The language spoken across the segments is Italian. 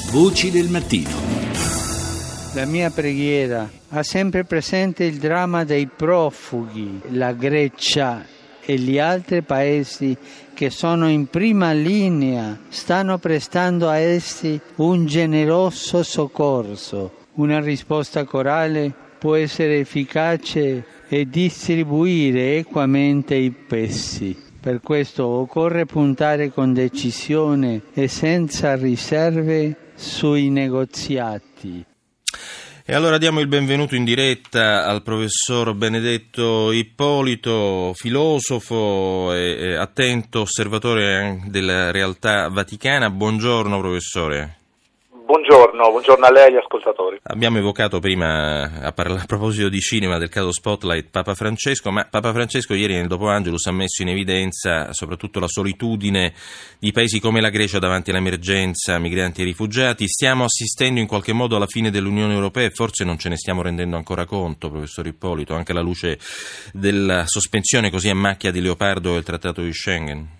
Voci del mattino. La mia preghiera ha sempre presente il dramma dei profughi, la Grecia e gli altri paesi che sono in prima linea, stanno prestando a essi un generoso soccorso. Una risposta corale può essere efficace e distribuire equamente i pesi. Per questo occorre puntare con decisione e senza riserve sui negoziati. E allora diamo il benvenuto in diretta al professor Benedetto Ippolito, filosofo e attento osservatore della realtà vaticana. Buongiorno professore. Buongiorno a lei e agli ascoltatori. Abbiamo evocato prima, a proposito di cinema, del caso Spotlight, Papa Francesco, ma Papa Francesco ieri nel Dopo Angelus ha messo in evidenza soprattutto la solitudine di paesi come la Grecia davanti all'emergenza migranti e rifugiati. Stiamo assistendo in qualche modo alla fine dell'Unione Europea e forse non ce ne stiamo rendendo ancora conto, professor Ippolito, anche alla luce della sospensione così a macchia di leopardo del Trattato di Schengen.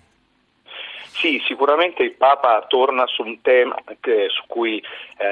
Sì, sicuramente il Papa torna su un tema su cui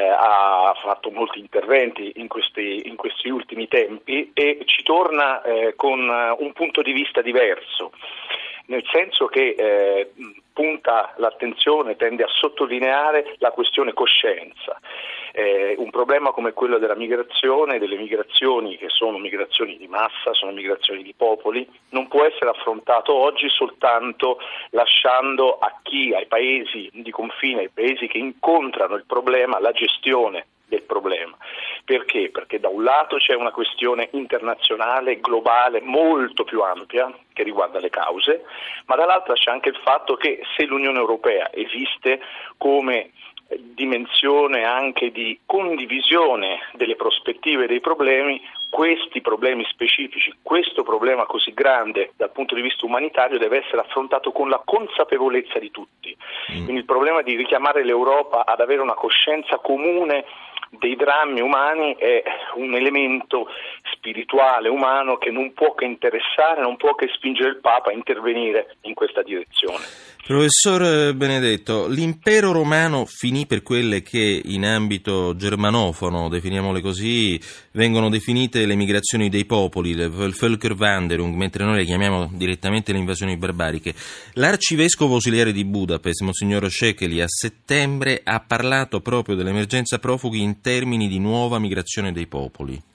ha fatto molti interventi in questi ultimi tempi e ci torna con un punto di vista diverso, nel senso che punta l'attenzione, tende a sottolineare la questione coscienza. Un problema come quello della migrazione, delle migrazioni che sono migrazioni di massa, sono migrazioni di popoli, non può essere affrontato oggi soltanto lasciando ai paesi di confine, ai paesi che incontrano il problema, la gestione del problema. Perché? Perché da un lato c'è una questione internazionale, globale, molto più ampia, che riguarda le cause, ma dall'altra c'è anche il fatto che se l'Unione Europea esiste come dimensione anche di condivisione delle prospettive dei problemi, questi problemi specifici, questo problema così grande dal punto di vista umanitario deve essere affrontato con la consapevolezza di tutti. Quindi il problema di richiamare l'Europa ad avere una coscienza comune dei drammi umani è un elemento spirituale, umano, che non può che interessare, non può che spingere il Papa a intervenire in questa direzione. Professor Benedetto, l'impero romano finì per quelle che in ambito germanofono, definiamole così, vengono definite le migrazioni dei popoli, il Völkerwanderung, mentre noi le chiamiamo direttamente le invasioni barbariche. L'arcivescovo ausiliare di Budapest, Monsignor Székely, a settembre ha parlato proprio dell'emergenza profughi in termini di nuova migrazione dei popoli.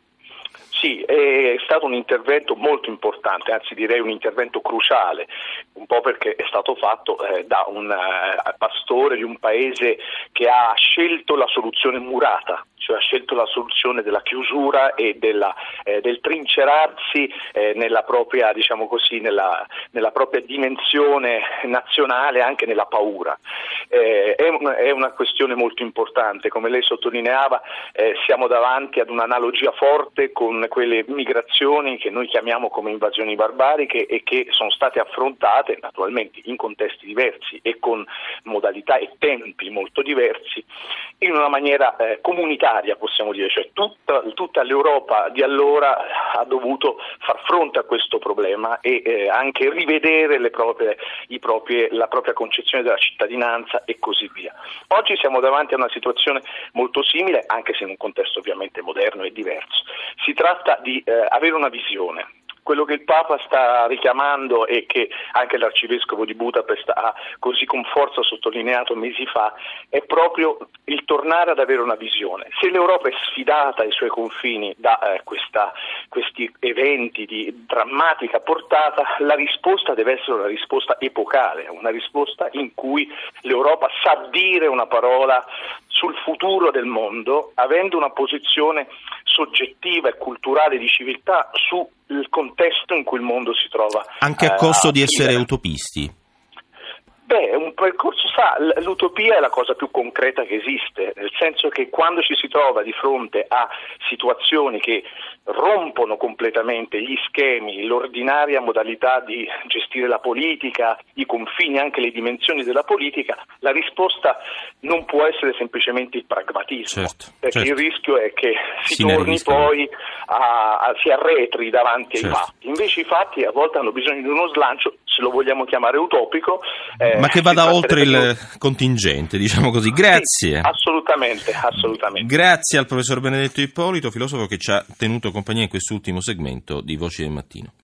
Sì, è stato un intervento molto importante, anzi direi un intervento cruciale, un po' perché è stato fatto da un pastore di un paese che ha scelto la soluzione murata, cioè ha scelto la soluzione della chiusura e del trincerarsi nella propria, diciamo così, nella propria dimensione nazionale, anche nella paura. È una questione molto importante, come lei sottolineava, siamo davanti ad un'analogia forte con quelle migrazioni che noi chiamiamo come invasioni barbariche e che sono state affrontate naturalmente in contesti diversi e con modalità e tempi molto diversi in una maniera comunitaria, possiamo dire, cioè tutta l'Europa di allora ha dovuto far fronte a questo problema e anche rivedere la propria concezione della cittadinanza e così via. Oggi siamo davanti a una situazione molto simile, anche se in un contesto ovviamente moderno e diverso. Si tratta di avere una visione. Quello che il Papa sta richiamando e che anche l'arcivescovo di Budapest ha così con forza sottolineato mesi fa è proprio il tornare ad avere una visione. Se l'Europa è sfidata ai suoi confini da questi eventi di drammatica portata, la risposta deve essere una risposta epocale, una risposta in cui l'Europa sa dire una parola sul futuro del mondo, avendo una posizione soggettiva e culturale di civiltà sul contesto in cui il mondo si trova. Anche a costo di essere utopisti. Beh, un percorso, l'utopia è la cosa più concreta che esiste, nel senso che quando ci si trova di fronte a situazioni che rompono completamente gli schemi, l'ordinaria modalità di gestire la politica, i confini, anche le dimensioni della politica, la risposta non può essere semplicemente il pragmatismo, perché il rischio è che si torni poi si arretri davanti ai fatti. Invece i fatti a volte hanno bisogno di uno slancio, se lo vogliamo chiamare utopico, ma che vada oltre il contingente, diciamo così. Grazie. Sì, assolutamente. Grazie al professor Benedetto Ippolito, filosofo che ci ha tenuto compagnia in quest'ultimo segmento di Voci del Mattino.